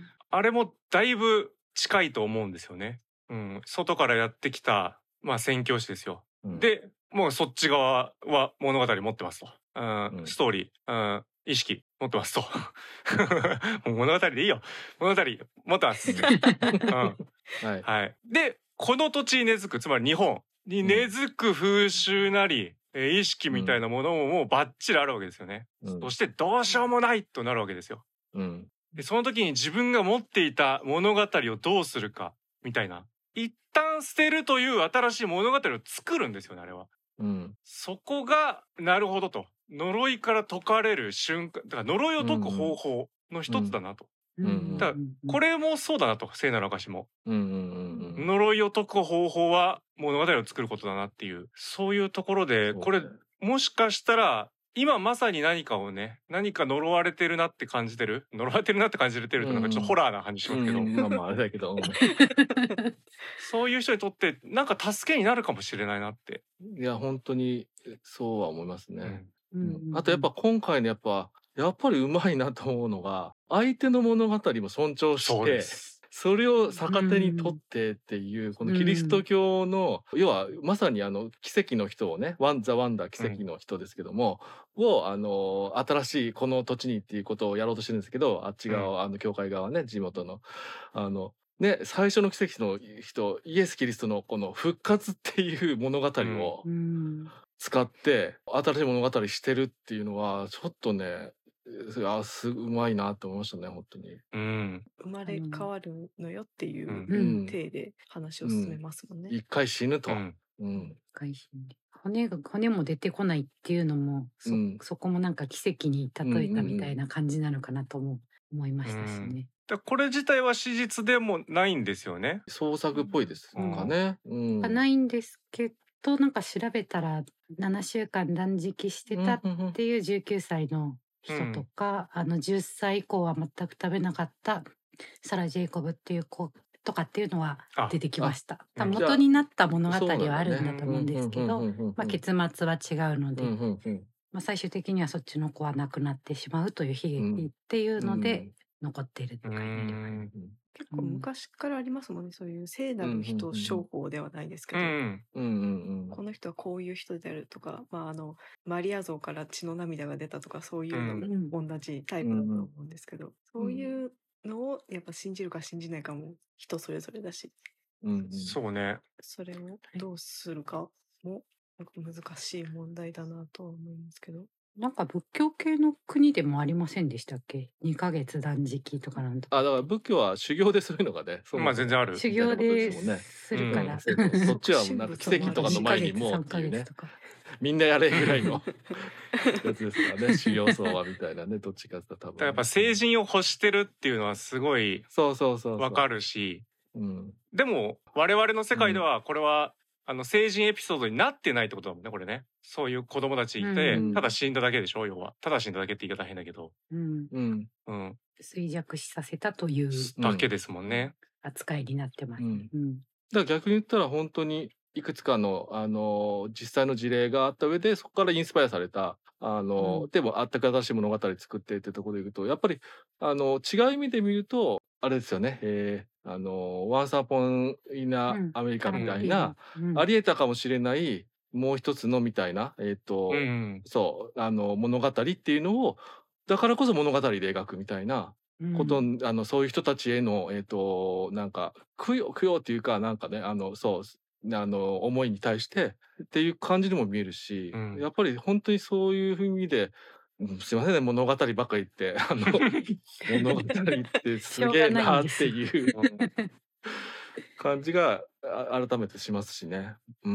あれもだいぶ近いと思うんですよね。うん、外からやってきた、まあ、宣教師ですよ。うん、でもうそっち側は物語持ってますと、うん、ストーリー、うん、意識持ってますともう物語でいいよ、物語持ってます、うんはいはい、でこの土地に根付く、つまり日本に根付く風習なり、うん、意識みたいなものももうバッチリあるわけですよね、うん、そしてどうしようもないとなるわけですよ、うん、でその時に自分が持っていた物語をどうするかみたいな、一旦捨てるという新しい物語を作るんですよね、あれは、うん、そこがなるほどと、呪いから解かれる瞬間だから、呪いを解く方法の一つだなと、うんうん、だからこれもそうだなと、聖なる証も、うんうんうん、呪いを解く方法は物語を作ることだなっていう、そういうところで、これもしかしたら今まさに何かをね、何か呪われてるなって感じてる呪われてるなって感じてるとなんかちょっとホラーな感じしますけど、 まあまああれだけどそういう人にとってなんか助けになるかもしれないなって。 いや本当にそうは思いますね、うんうん、あとやっぱ今回のやっぱやっぱりうまいなと思うのが、相手の物語も尊重してそれを逆手に取ってっていう、うん、このキリスト教の、うん、要はまさにあの奇跡の人をね、ワンザワンダー奇跡の人ですけども、うん、をあの新しいこの土地にっていうことをやろうとしてるんですけど、あっち側、うん、あの教会側ね、地元のあのね、最初の奇跡の人イエス・キリストのこの復活っていう物語を使って新しい物語してるっていうのはちょっとね、あすうまいなと思いましたね本当に、 うん、生まれ変わるのよっていう体で話を進めますもんね、 うんうん、一回死ぬと、うんうん、一回死ぬ、骨が骨も出てこないっていうのも そ,、うん、そこもなんか奇跡に例えたみたいな感じなのかなとも思いましたしね、 うん、これ自体は史実でもないんですよね、 創作っぽいですかね、 うんうん、ないんですけど、なんか調べたらななしゅうかん断食してたっていうじゅうきゅうさいの人とか、うん、あのじゅっさい以降は全く食べなかったサラ・ジェイコブっていう子とかっていうのは出てきました。元になった物語はあるんだと思うんですけど、まあ、結末は違うので、まあ、最終的にはそっちの子は亡くなってしまうという悲劇っていうので残っているって書いてあります。 結構昔からありますもんね、そういう聖なる人商法ではないですけど、この人はこういう人であるとか、まあ、あのマリア像から血の涙が出たとか、そういうのも同じタイプだと思うんですけど、そういうのをやっぱ信じるか信じないかも人それぞれだし、 うんうん、そうね、 それをどうするかも難しい問題だなとは思いますけど、 なんか仏教系の国でもありませんでしたっけ、にかげつ断食とかなんとか。 あ、だから仏教は修行でそういうのがね、 まあ全然ある、 修行でするから、 そっちはなんか奇跡とかの前にもうっていうね、みんなやれぐらいのやつですからね、修行僧はみたいなね、どっちかって多分、ね、 やっぱ聖人を欲してるっていうのはすごいわかるし、でも我々の世界ではこれは、うん、あの聖人エピソードになってないってことだもんね、これね。そういう子供たちいて、うん、ただ死んだだけでしょ、要は。ただ死んだだけって言い方変だけど、うんうんうん、衰弱死させたというだけですもんね、 扱いになってます、うんうん、だから逆に言ったら本当にいくつかの、あの実際の事例があった上で、そこからインスパイアされた、あの、うん、でもあったか新しい物語作ってってところでいくと、やっぱりあの違う意味で見るとあれですよね、えー、あのワンサーポンイナアメリカみたいな、うん、ありえたかもしれないもう一つのみたいな、えっと、うん、そうあの物語っていうのをだからこそ物語で描くみたいなこと、 うん、 あのそういう人たちへのえっ、となんか供養供養っていうかなんかねあのそうあの思いに対してっていう感じにも見えるし、 うん、 やっぱり本当にそういう意味で、うん、すいませんね物語ばっかり言ってあの物語ってすげえなっていう感じがあ改めてしますしね。うん。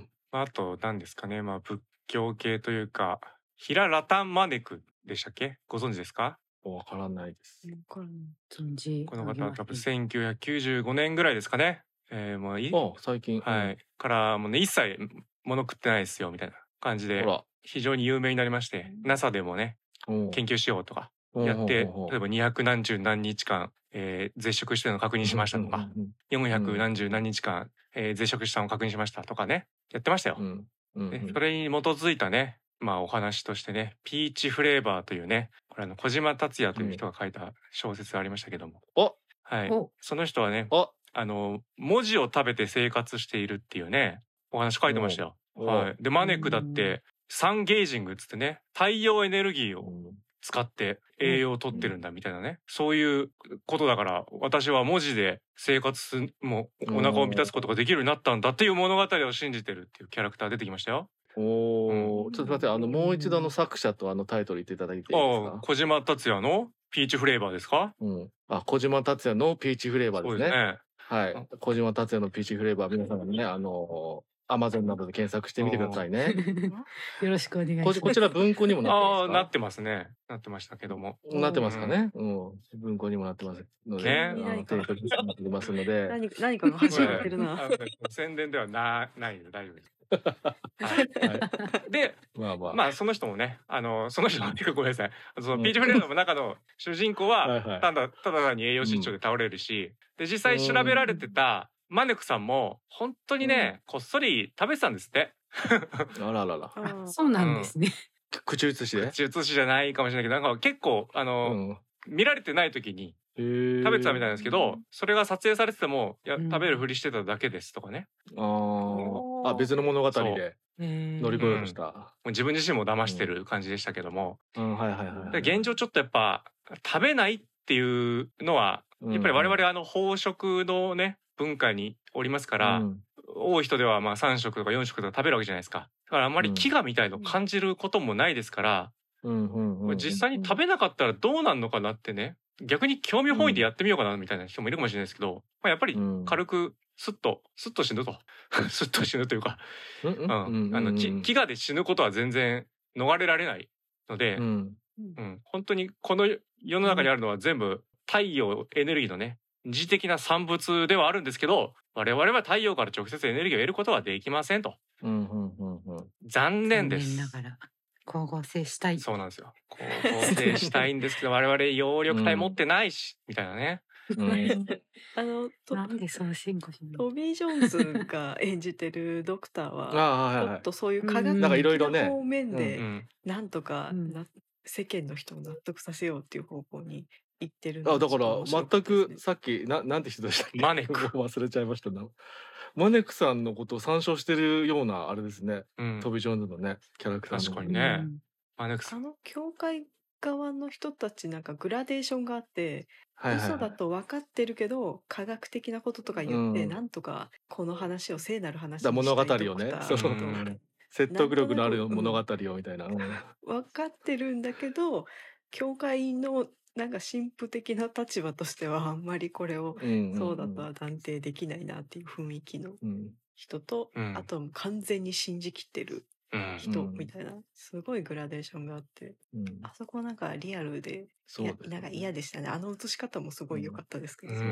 あと何ですかね、まあ仏教系というか、ヒララタンマネクでしたっけ？ご存知ですか？ わからないです。 存じこの上げません。 方は多分せんきゅうひゃくきゅうじゅうごねんぐらいですかね。えー、もういあ最近、 はい、 うん、 からもうね一切物食ってないですよみたいな感じで非常に有名になりまして、ナサでもね研究しようとかやって、例えばにひゃく何十何日間、えー、絶食してるのを確認しましたとか、よんひゃく何十何日間、えー、絶食したのを確認しましたとかねやってましたよ。 うんうんうん、 でそれに基づいたねまあお話としてね、ピーチフレーバーというね、これあの小島達也という人が書いた小説がありましたけども、 うん、 はい、その人はね、あの文字を食べて生活しているっていうねお話書いてましたよ。はい、でマネックだってサンゲージングっつってね、太陽エネルギーを使って栄養を取ってるんだみたいなね、そういうことだから、私は文字で生活すもお腹を満たすことができるようになったんだっていう物語を信じてるっていうキャラクター出てきましたよ。 おお、うん、ちょっと待って、あのもう一度の作者とあのタイトル言っていただいていいですか？ 小島達也のピーチフレーバーですか？ うん、あ、小島達也のピーチフレーバーですね。そうですね。はい、小島達也のピーチフレーバー、皆さんね、あのアマゾンなどで検索してみてくださいね。 よろしくお願いします。 こちら文庫にもなってますか？ ああ、なってますね。なってましたけども。 なってますかね。うん、文庫にもなってますので、 ね、 手に取りますので。 何何かが始まってるな。 宣伝ではなないので大丈夫です。はい、で、まあまあ、まあその人もね、あのその人もごめんなさい。そのピーチフレードの中の主人公はただただ単に栄養失調で倒れるし、で実際調べられてたマネクさんも本当にね、こっそり食べてたんですって。 あららら。 そうなんですね。 口移しで？ 口移しじゃないかもしれないけど、なんか結構あの見られてない時に食べてたみたいなんですけど、それが撮影されててもいや食べるふりしてただけですとかね。 ああ、別の物語で乗り越えようとした。もう自分自身も騙してる感じでしたけども、 うんはいはいはい。 現状ちょっとやっぱ食べないっていうのはやっぱり我々あの飽食のね文化におりますから、多い人ではまあさん食とかよん食とか食べるわけじゃないですか。だからあんまり飢餓みたいの感じることもないですから、実際に食べなかったらどうなんのかなってね、逆に興味本位でやってみようかなみたいな人もいるかもしれないですけど、まあ、やっぱり軽くスッとスッと死ぬとスッと死ぬというか、あの飢餓で死ぬことは全然逃れられないので、うんうん、本当にこの世の中にあるのは全部太陽エネルギーのね二次的な産物ではあるんですけど、我々は太陽から直接エネルギーを得ることはできませんと。残念です。 残念ながら光合成したい。 そうなんですよ。光合成したいんですけど我々葉緑体持ってないし、うん、みたいなね。うん、 あのなんでそう進化しない。 トビー・ジョーンズが演じてるドクターはちょっとそういう科学的な方面でなんとかな世間の人を納得させようっていう方向に言ってるの。 あだから全くさっきななんて人でしたっけ？ マネク忘れちゃいましたな。マネクさんのことを参照してるようなあれですね、うん、トビー・ジョーンズのねキャラクターの。 確かにね、うん、マネクさんあの教会側の人たちなんかグラデーションがあって、はいはいはい、嘘だと分かってるけど科学的なこととか言って、うん、なんとかこの話を聖なる話にしたい物語をね、その、うん、説得力のある物語をみたいな、うん、 分かってるんだけど教会のなんか神父的な立場としてはあんまりこれをそうだとは断定できないなっていう雰囲気の人と、うん、あと完全に信じきってる人みたいなすごいグラデーションがあって、うん、あそこなんかリアルで、そうですね、なんか嫌でしたね。あの映し方もすごい良かったですけど、うん、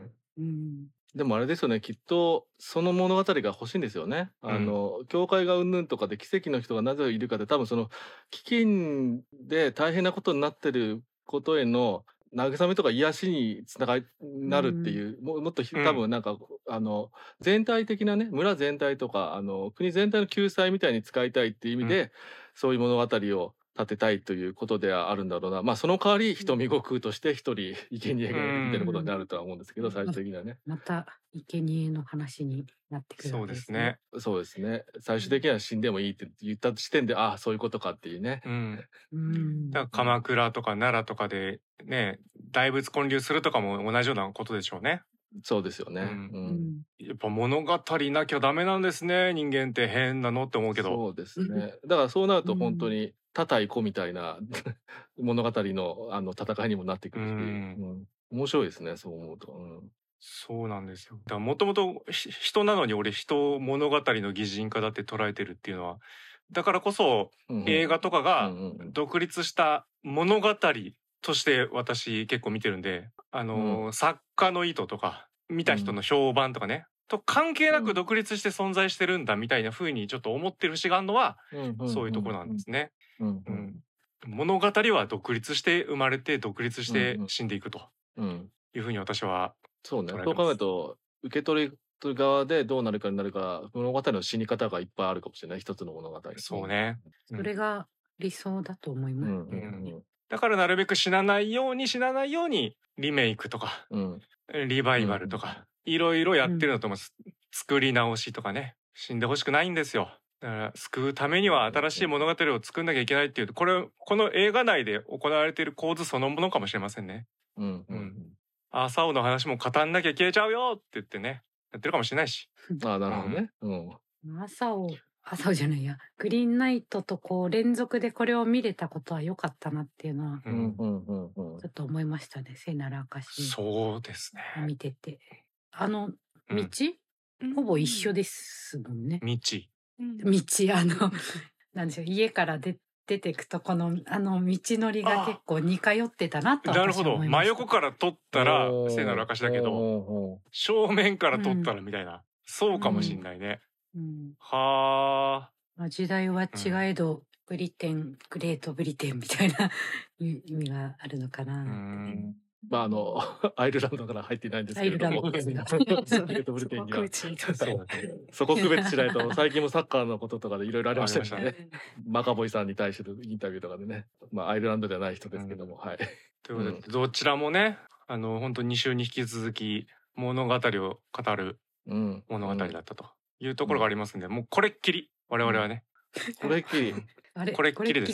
うん、でもあれですよね、きっとその物語が欲しいんですよね。うん、あの教会がうんぬんとかで奇跡の人がなぜいるかで、多分その飢饉で大変なことになってることへの慰めとか癒しにつながりなるっていう、うん、も, もっと多分なんか、うん、あの全体的なね村全体とかあの国全体の救済みたいに使いたいっていう意味で、うん、そういう物語を立てたいということではあるんだろうな。まあその代わり人見悟空として一人生贄がいるみたいなことになるとは思うんですけど、最終的にはね。 また生贄の話になってくるわけですね。 そうですね。最終的には死んでもいいって言った時点で、ああそういうことかっていうね。 うん。 うん。 だから鎌倉とか奈良とかでね、大仏建立するとかも同じようなことでしょうね。 そうですよね。ううんん。 やっぱ物語なきゃダメなんですね。人間って変なのって思うけど。 そうですね。だからそうなると本当に他対子みたいな物語のあの戦いにもなってくるし、 ううんん面白いですね。そう思うと。うんそうなんですよ。だからもともと人なのに俺人を物語の擬人化だって捉えてるっていうのは、だからこそうんうん映画とかがうんうんうん独立した物語として私結構見てるんで、あのー作家の意図とか見た人の評判とかね、と関係なく独立して存在してるんだみたいな風にちょっと思ってる節があるのはそういうところなんですね。 うんううんん物語は独立して生まれて独立して死んでいくとうんいう風に私はそうね。 捉えてますそう考えると受け取る側でどうなるかになるか、物語の死に方がいっぱいあるかもしれない。一つの物語。 そうね。 それが理想だと思います。 うんうんうんだからなるべく死なないように死なないようにリメイクとかうんリバイバルとかいろいろやってるのと思います。作り直しとかね、死んでほしくないんですよ。だから救うためには新しい物語を作んなきゃいけないっていう、これこの映画内で行われている構図そのものかもしれませんね。 うんううんん朝尾の話も語んなきゃ消えちゃうよって言ってねやってるかもしれないし。 ああなるほどね。うん朝を朝をじゃないやグリーンナイトとこう連続でこれを見れたことは良かったなっていうのはうんうんうんうんちょっと思いましたね。聖なる証そうですね。 見ててあの道、 うんほぼ一緒ですもんね。 道道あのなんでしょう、家から出出てくとこのあの道のりが結構似通ってたなとなるほど。 私は思いました。 真横から撮ったらおー聖なる証だけどお正面から撮ったらみたいな、そうかもしんないね。 うんはあ。 まあ、時代は違えど、ブリテングレートブリテンみたいな意味があるのかなうってね。 んまああのアイルランドから入っていないんですけれども、 アイルランドですがゲートブルテンにはそこ区別しないと、最近もサッカーのこととかでいろいろありましたしありね。マカボイさんに対してのインタビューとかでね、まあアイルランドではない人ですけども、はい。 ということで、どちらもね、あの本当に週に引き続き物語を語るうん。 物語だったというところがありますんで、もうこれっきり我々はね、 これっきり、 あれこれっきりです。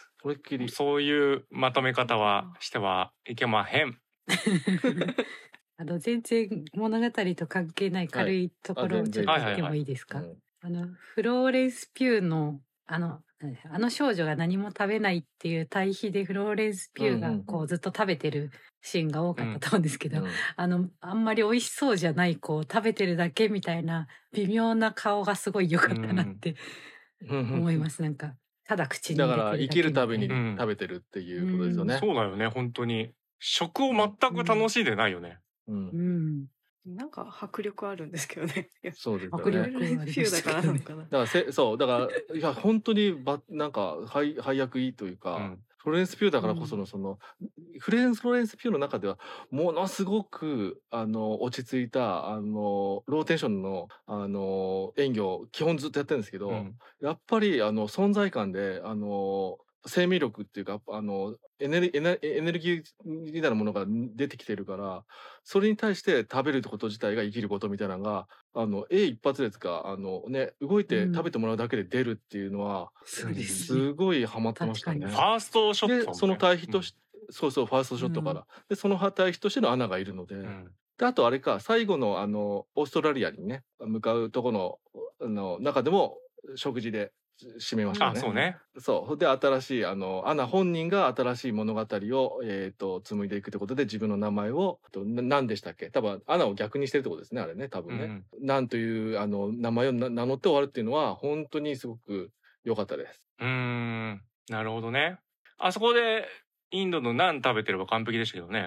これっきり。 そういうまとめ方はしてはいけまへん。 あの全然物語と関係ない軽いところをちょっと言ってもいいですか。 うんあのフローレンス・ピューのあのあの少女が何も食べないっていう対比でフローレンス・ピューがこうずっと食べてるシーンが多かったと思うんですけど、 うんあのあんまり美味しそうじゃないこう食べてるだけみたいな微妙な顔がすごい良かったなって思います。なんかただ口にだ入れてるだけから生きるためにうん食べてるっていうことですよね。 そうだよね、本当に食を全く楽しんでないよね。 うんう。んなんか迫力あるんですけどね。 そうですよ迫力ね。 ありフューだからなのかな。 だからせそうだからいや本当にばなんか配配役いいというか、 うんフロレンス・ピューだからこそのその、フレンス・フロレンス・ピューの中ではものすごくあの落ち着いたあのローテンションのあの演技を基本ずっとやってるんですけど、 うんやっぱりあの存在感であの生命力っていうかあのエネルエネエネルギーみたいなものが出てきてるから、それに対して食べるってこと自体が生きることみたいなのがあの A 一発ですかあのね動いて食べてもらうだけで出るっていうのは、 そうですねすごいハマってましたね。 確ファーストショットでその対比として、そうそうファーストショットから、 うんでその対比としてのアナがいるので、 うんであとあれか最後のあのオーストラリアにね向かうとこのあの中でも食事で締めましたね。 あ、そうね。 そうで新しいあのアナ本人が新しい物語を、えー、と紡いでいくってことで自分の名前をとな何でしたっけ、多分アナを逆にしてるってことですねあれね多分ね。 うんなんというあの名前をな名乗って終わるっていうのは本当にすごく良かったです。 うーん、なるほどね。あそこでインドのナン食べてれば完璧でしたけどね。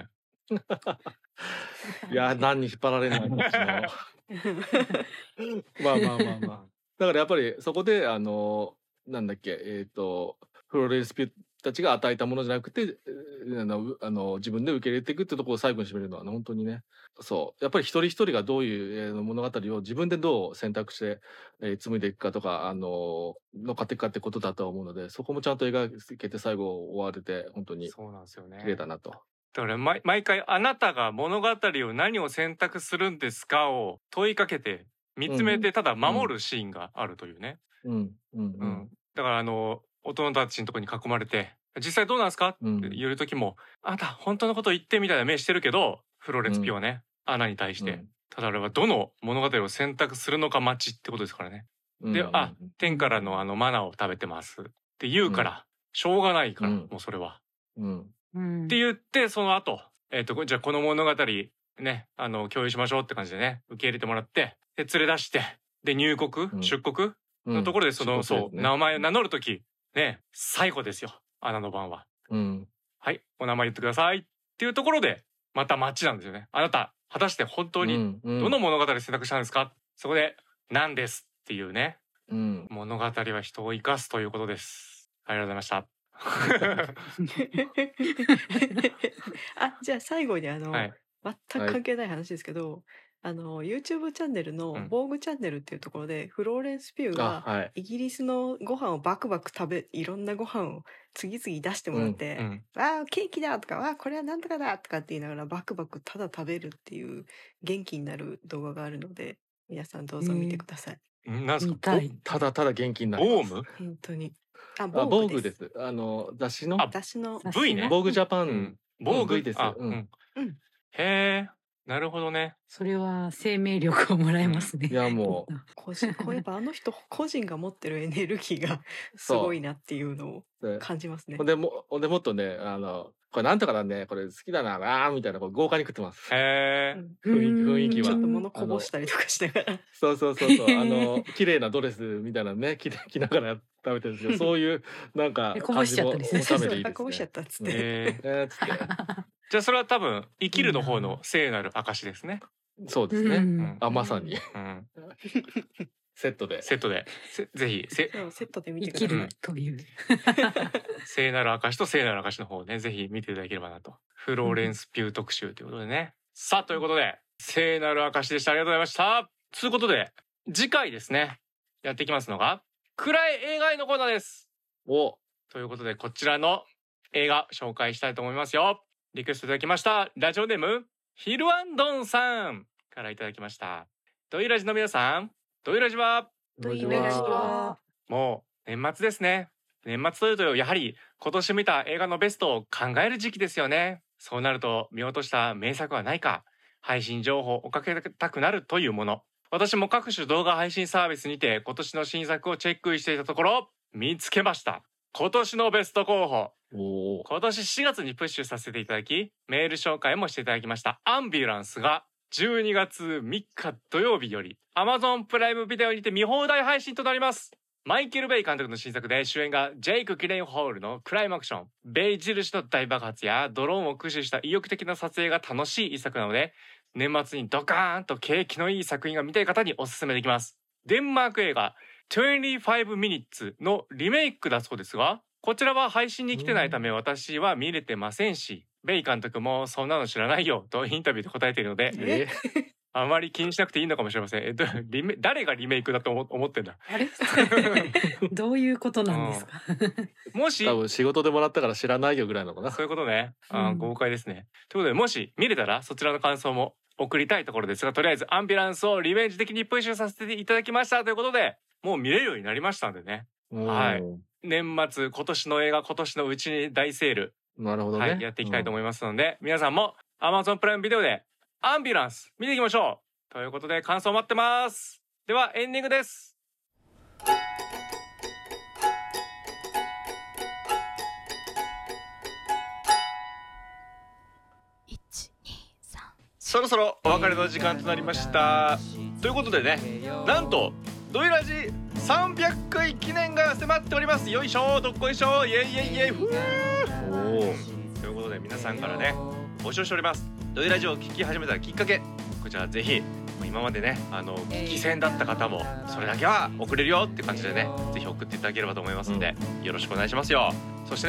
いや何に引っ張られないこっちのまあまあまあまあだからやっぱりそこであのなんだっけえっ、とフローレンスピュたちが与えたものじゃなくて、あのあの自分で受け入れていくってところを最後に締めるのは、ね、本当にね、そうやっぱり一人一人がどういう、えー、物語を自分でどう選択して、えー、紡いでいくかとか、あの乗っかっていくかってことだとは思うので、そこもちゃんと描けて最後終われて本当にそうなんですよね。 綺麗だなと。 だから毎毎回あなたが物語を何を選択するんですかを問いかけて見つめてただ守るシーンがあるというね。 うんうんうん、 うん、だからあの大人たちのところに囲まれて実際どうなんですかって言う時も、うん、あなた本当のこと言ってみたいな目してるけど、フローレンスピはね、うん、アナに対して、うん、ただあれはどの物語を選択するのか待ちってことですからね。うん、で、あ、天からのあのマナーを食べてますって言うから、うん、しょうがないから、うん、もうそれは、うんうん、って言ってその後、えーと、じゃあこの物語ね、あの共有しましょうって感じでね受け入れてもらって、で連れ出して、で入国、うん、出国のところでその、うん、そう、ね、名前を名乗る時ね、最後ですよ、アナの番は、うん、はいお名前言ってくださいっていうところでまたマッチなんですよね。あなた果たして本当にどの物語選択したんですか、うんうん、そこでなんですっていうね、うん、物語は人を生かすということです。ありがとうございました。 あ、じゃあ最後にあの、はい、全く関係ない話ですけど、はい、あの YouTube チャンネルのボーグチャンネルっていうところで、うん、フローレンス・ピューがイギリスのご飯をバクバク食べ、いろんなご飯を次々出してもらって、うんうん、わあケーキだとか、わあこれはなんとかだとかって言いながらバクバクただ食べるっていう元気になる動画があるので、皆さんどうぞ見てください。 うん、なんすか、 ただただ元気になる。 ボーム？ 本当に。 あ、ボーグです。あの雑誌の雑誌の V ね。 ボーグジャパン、うん、 ボーグ V です。 うん。うん、へえ、なるほどね。 それは生命力をもらえますね。 いやもう個人、こうやっぱあの人個人が持ってるエネルギーがすごいなっていうのを感じますね。 ほんでもほんでもっとね、あのこれなんとかだね、これ好きだなあーみたいな、こう豪華に食ってます。 へえ、 雰囲気雰囲気はちょっと物こぼしたりとかしながら、 そうそうそうそう、あの綺麗なドレスみたいなね着着ながら食べてるんですけど、そういうなんか感じも収めていいですね。こぼしちゃったっつって。 えー、つって。じゃあそれは多分生きるの方の聖なる証ですね。 そうですね。うん、あ、まさに。うん、セットで。 セットで。ぜひセセットで見てください。 生きるという。 聖なる証と聖なる証の方をね、ぜひ見ていただければなと。フローレンス・ピュー特集ということでね。さあということで、聖なる証でした。ありがとうございました。ということで、次回ですね、やっていきますのが、暗い映画のコーナーです。おということで、こちらの映画紹介したいと思いますよ。リクエストいただきました。ラジオネーム、ヒルアンドンさんからいただきました。ドイラジの皆さん、ドイラジはドイラジはもう年末ですね。年末というとやはり今年見た映画のベストを考える時期ですよね。そうなると見落とした名作はないか、配信情報を追っかけたくなるというもの。私も各種動画配信サービスにて今年の新作をチェックしていたところ見つけました。今年のベスト候補。今年しがつにプッシュさせていただき、メール紹介もしていただきましたアンビュランスがじゅうにがつみっか土曜日より Amazon プライムビデオにて見放題配信となります。マイケル・ベイ監督の新作で、主演がジェイク・ギレンホールのクライムアクション、ベイ印の大爆発やドローンを駆使した意欲的な撮影が楽しい一作なので、年末にドカーンと景気のいい作品が見たい方におすすめできます。デンマーク映画にじゅうごミニッツのリメイクだそうですが、こちらは配信に来てないため私は見れてませんし、ベイ監督もそんなの知らないよとインタビューで答えているので、えあまり気にしなくていいのかもしれません。えっと、リメ誰がリメイクだと思思ってんだ。 あれどういうことなんですか。 もし多分仕事でもらったから知らないよぐらいのかな。 そういうことね。あ、豪快ですね。ということで、もし見れたらそちらの感想も送りたいところですが、とりあえずアンビュランスをリベンジ的にプッシュさせていただきましたということで、もう見れるようになりましたんでね。はい。年末、今年の映画、今年のうちに大セール、 なるほどね、 はい、やっていきたいと思いますので、うん、皆さんも Amazon プライムビデオでアンビュランス見ていきましょうということで、感想待ってます。ではエンディングです。そろそろお別れの時間となりました。ということでね、なんとドイラジさんびゃっかい記念が迫っております。よいしょ、どっこいしょ、イエイイエイイエイ、ふー。ということで、皆さんからね募集しております。ドイラジを聞き始めたきっかけ、こちらぜひ今までね、あの聞き戦だった方もそれだけは送れるよって感じでね、ぜひ送っていただければと思いますので、よろしくお願いしますよ。そしてね、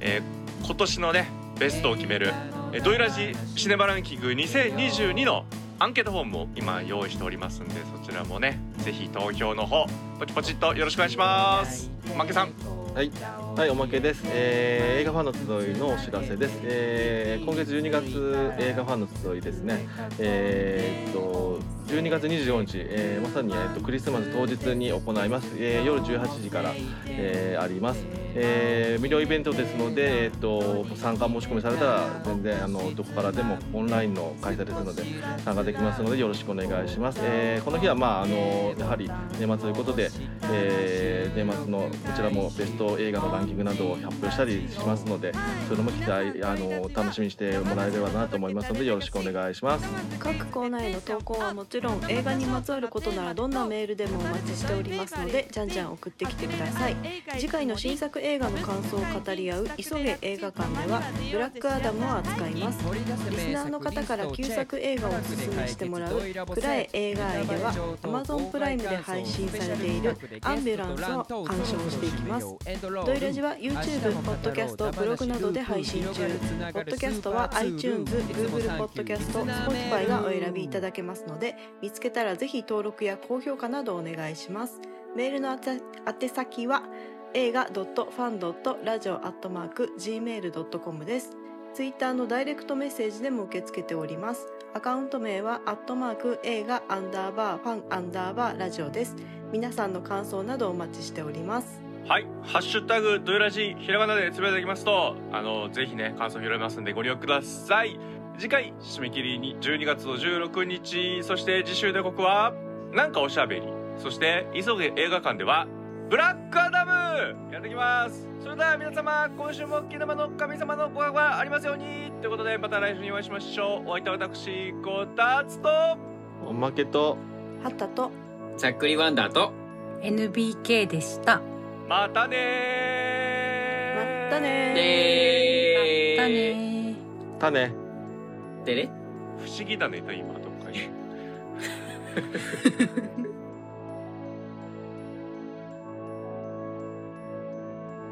えー、今年のねベストを決めるドイラジシネマランキングにせんにじゅうにのアンケートフォームを今用意しておりますんで、そちらもねぜひ投票の方ポチポチっとよろしくお願いします。おまけさん。 はい、はい、おまけです、えー、映画ファンの集いのお知らせです、えー、今月じゅうにがつ映画ファンの集いですね、えー、っとじゅうにがつにじゅうよっか、えー、まさに、えー、っとクリスマス当日に行います、えー、夜じゅうはちじから、えー、あります、えー、無料イベントですので、えー、っと参加申し込みされたら全然あのどこからでもオンラインの開催ですので参加できますのでよろしくお願いします、えー、この日はまああのやはり年末ということで、えー、年末のこちらもベスト映画のランキングなどを発表したりしますので、そういうのも期待あの楽しみにしてもらえればなと思いますのでよろしくお願いします。 各コーナーへの投稿はもちろん映画にまつわることならどんなメールでもお待ちしておりますのでじゃんじゃん送ってきてください。次回の新作映画の感想を語り合う急げ映画館ではブラックアダムを扱います。リスナーの方から旧作映画をおすすめしてもらうくらえ映画愛では Amazon プライムで配信されているアンビュランスを鑑賞していきます。ドイラジは YouTube、ポッドキャスト、ブログなどで配信中。ポッドキャストは iTunes、Google ポッドキャスト、Spotify がお選びいただけますので、見つけたらぜひ登録や高評価などお願いします。メールの宛先は映画 ファン ラジオ アットマーク ジーメール ドットコム です。Twitter のダイレクトメッセージでも受け付けております。アカウント名はアットマーク映画アンダーバーファンアンダーバーラジオです。皆さんの感想などお待ちしております。 はい、ハッシュタグドイラジひらがなでつぶやいていきますと、あのぜひね感想拾いますんでご利用ください。次回締め切りにじゅうにがつのじゅうろくにち、そして次週予告はなんかおしゃべり、そして急げ映画館ではブラックアダムやってきます。それでは皆様今週もキネマの神様のご加護がありますようにということで、また来週にお会いしましょう。お相手は私こたつとおまけとはったとざっくりワンダーとエヌビーケー でした。 またねーまたねーまたねーたねでね不思議だねと今どっかに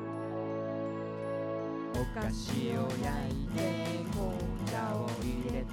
お菓子を焼いて紅茶を入れて